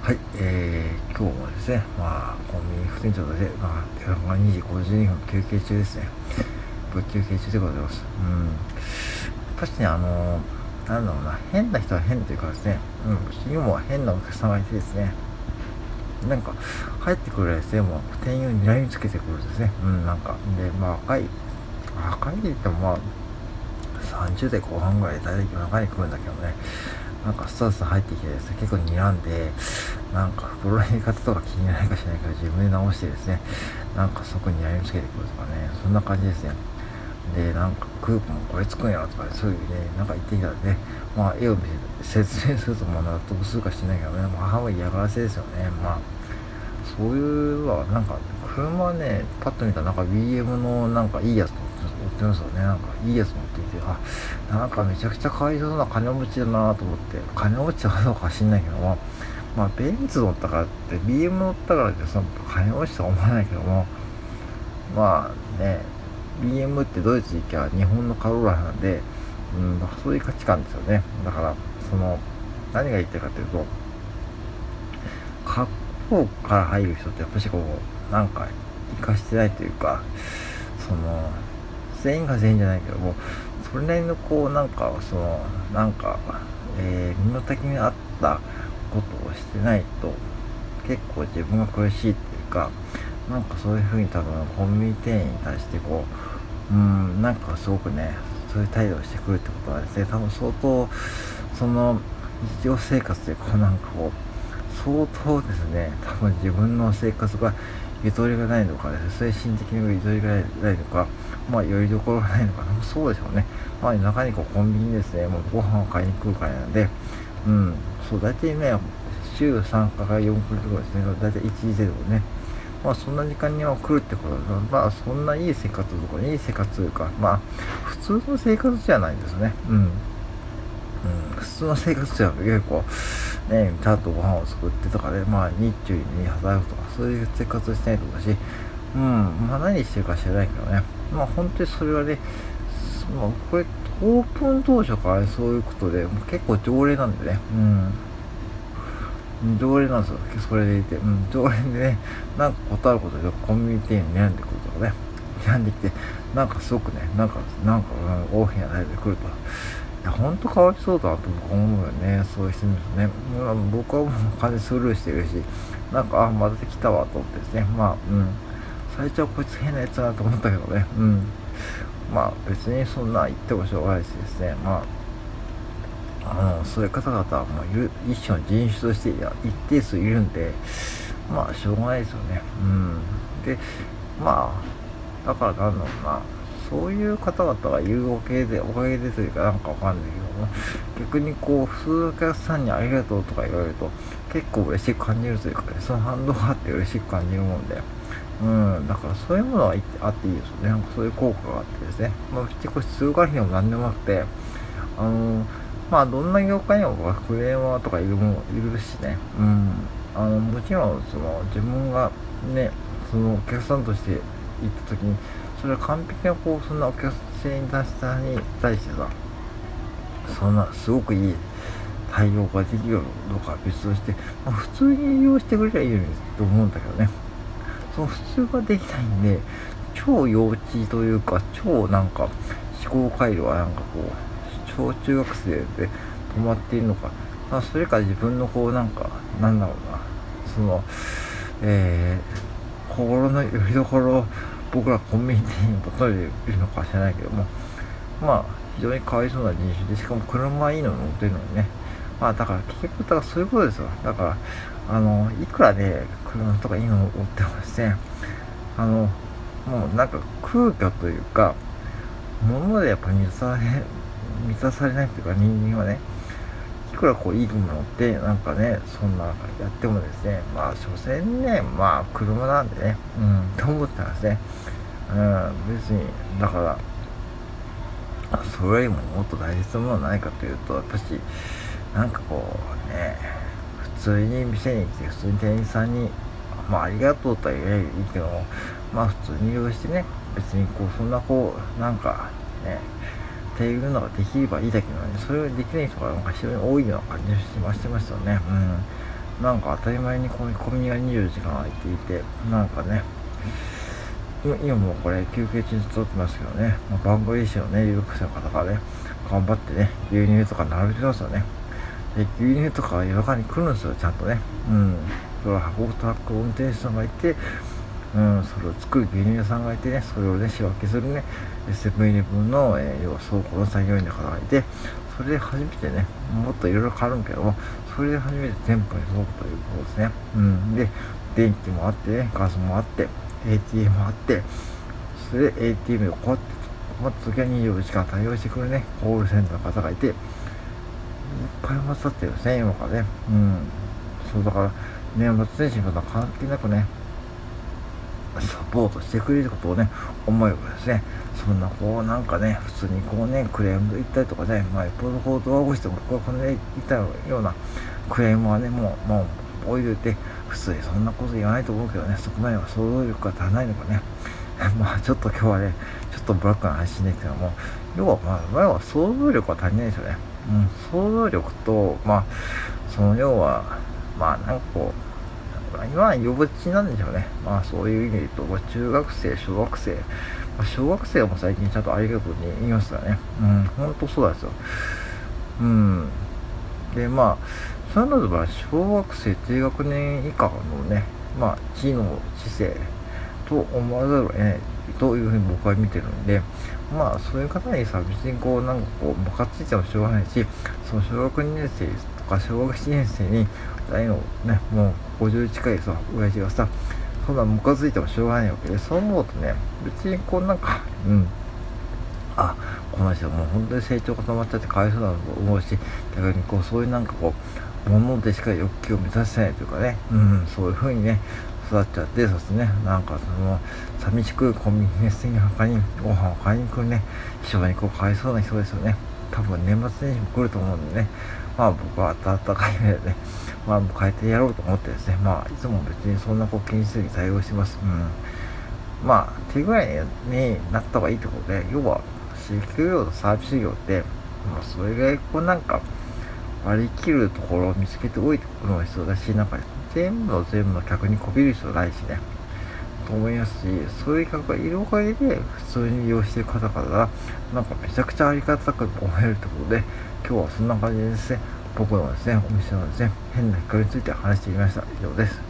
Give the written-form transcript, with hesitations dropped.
はい、今日もですね、コンビニ副店長で、夜中2時52分休憩中ですね。ぶっ休憩中でございます。確かになんだろうな、変な人は変というかですね、うちにも変なお客様がいてですね、なんか、入ってくるですね、もう店員を睨みつけてくるんですね。で、若いって言っても30代後半ぐらいで大体夜中に来るんだけどね、スタスタ入ってきてですね、結構睨んで、袋の入れ方とか気にならないかしらないけど、自分で直してですね、そこに睨みつけてくるとかね、そんな感じですね。で、クーポンこれつくんやとか、そういうね、言ってきたんで、絵を見せて説明すると納得するかしないけどね、半分嫌がらせですよね。そういうのは、車はね、パッと見たらBM のいいやつ乗ってますよね。いいやつ乗っていて、めちゃくちゃかわいそうな金持ちだなと思って、金持ちかどうか知んないけども、ベンツ乗ったからって、BM 乗ったからって、その金持ちとは思わないけども、ね、BM ってドイツ行きゃ日本のカローラなんで、そういう価値観ですよね。だから、何が言ってるかというと、格好から入る人ってやっぱし生かしてないというか、その、全員が全員じゃないけども、それなりの身の丈に合ったことをしてないと、結構自分が苦しいっていうか、そういう風に多分コンビニ店員に対してすごくね、そういう態度をしてくるってことはですね、多分相当、日常生活で相当ですね、多分自分の生活がゆとりがないのかですね、精神的にゆとりがないのか、よりどころがないのか、そうでしょうね。中にコンビニですね、もうご飯を買いに来るからなんで、大体ね、週3回4回とかですね、大体1時程度ね、そんな時間には来るってことは、そんないい生活とか、いい生活というか、普通の生活じゃないんですね。普通の生活じゃ結構、ね、ちゃんとご飯を作ってとかで、日中に働くとか、そういう生活をしてないとかし、何してるか知らないけどね。本当にそれはね、これ、オープン当初からそういうことで、結構常例なんでね。常連なんですよ。それでいて。常連でね、断ることでコンビニ店員に選んでくるとかね。選んできて、すごくね、大きな態度で来ると。いや、ほんとかわいそうだなと僕思うよね。そういう人見るとね。僕はもう完全にスルーしてるし、また来たわと思ってですね。最初はこいつ変なやつだなと思ったけどね。別にそんな言ってもしょうがないしですね。そういう方々はもう一種の人種として一定数いるんで、しょうがないですよね。で、だからそういう方々がいるおかげでというかわかんないけども、逆に普通のお客さんにありがとうとか言われると、結構嬉しく感じるというかね、その反動があって嬉しく感じるもんで、だからそういうものはあっていいですよね。そういう効果があってですね。結構通過費も何でもなくて、どんな業界にもクレーマーとかいるしね。もちろん、自分がね、そのお客さんとして行った時に、それは完璧なそんなお客さんに対してさ、そんなすごくいい対応ができるのかは別として、普通に利用してくれりゃいいと思うんだけどね。その普通ができないんで、超幼稚というか、超思考回路は小中学生で止まっているのか、それか自分のなんだろうな、その、心の拠り所を僕らコンビニ店に求めているのか知らないけども、非常にかわいそうな人種で、しかも車いいの乗ってるのにね、だから結局、そういうことですよ。だから、いくらね、車とかいいの乗ってもですね、もう空虚というか、物でやっぱ満たされないというか、人間はね、いくらいいものってそんなやってもですね、所詮ね、車なんでね、と思ったらですね、別にだからそれよりももっと大切なものはないかというと、やっぱし普通に店に来て普通に店員さんにありがとうとは言えばいいけども、普通に利用してね、別にそんなっていうのができればいいだけなのに、それをできない人が非常に多いような感じがしてましたよね。 なんか当たり前にコンビニが24時間空いていて、なんかね、今もこれ休憩中に撮ってますけどね、番号医師のね、有力者の方がね、頑張ってね、牛乳とか並べてますよね。で、牛乳とか夜中に来るんですよ、ちゃんとね。それを運ぶトラック運転手さんがいて、それを作る牛乳屋さんがいてね、それをね、仕分けするね、セブンイレブンの、要は倉庫の作業員の方がいて、それで初めてね、もっといろいろ変わるんけども、それで初めて店舗に届くということですね。で、電気もあってね、ガスもあって、ATM もあって、それで ATM をこうやって待つときは24時間対応してくるね、コールセンターの方がいて、いっぱい待つってるんですね、今からね。そうだから、年末年始また関係なくね、サポートしてくれることをね、思えばですね、そんなこうなんかね、普通にこうね、クレーム言ったりとかね、よっぽどこう動画をして僕はこのね、言ったようなクレームはね、もう置いといて、普通にそんなこと言わないと思うけどね、そこまでは想像力が足らないのかね。ちょっと今日はね、ちょっとブラックな話ですけども、要は前は想像力は足りないですよね。想像力と、その要は、なんかこう、今は幼稚なんでしょうね。そういう意味で言うと、中学生、小学生、小学生も最近ちゃんとありがとうに言いますからね。ほんとそうですよ。で、そういうのでは小学生低学年以下のね、知能、知性と思わざるを得ないというふうに僕は見てるんで、そういう方にさ、別にこう、なんかこう、ムカついてもしょうがないし、その小学2年生とか小学1年生に、大のね、もう50近いさ、親父がさ、そんなムカついてもしょうがないわけで、そう思うとね、別にこうなんか、この人もう本当に成長が止まっちゃってかわいそうだと思うし、逆にこう、そういうなんかこう、物でしか欲求を満たせないというかね、そういう風にね、育っちゃって、そしてね、なんかその、寂しくコンビニメッセンジ他にご飯を買いに来るね、非常にこう、かわいそうな人ですよね。多分年末年始も来ると思うんでね、僕は温かい目でね、もう変えてやろうと思ってですね、いつも別にそんなこう気にせずに対応してます。手ぐらいになった方がいいってことで、要は、私給業とサービス業って、それぐらいこうなんか、割り切るところを見つけておいておくのが必要だし、なんか、全部の客にこびる必要ないしね、と思いますし、そういう客がいるおかげで、普通に利用している方々が、なんかめちゃくちゃありがたく思えるってことで、今日はそんな感じでですね、僕のですね、お店のですね、変な光について話してみました。以上です。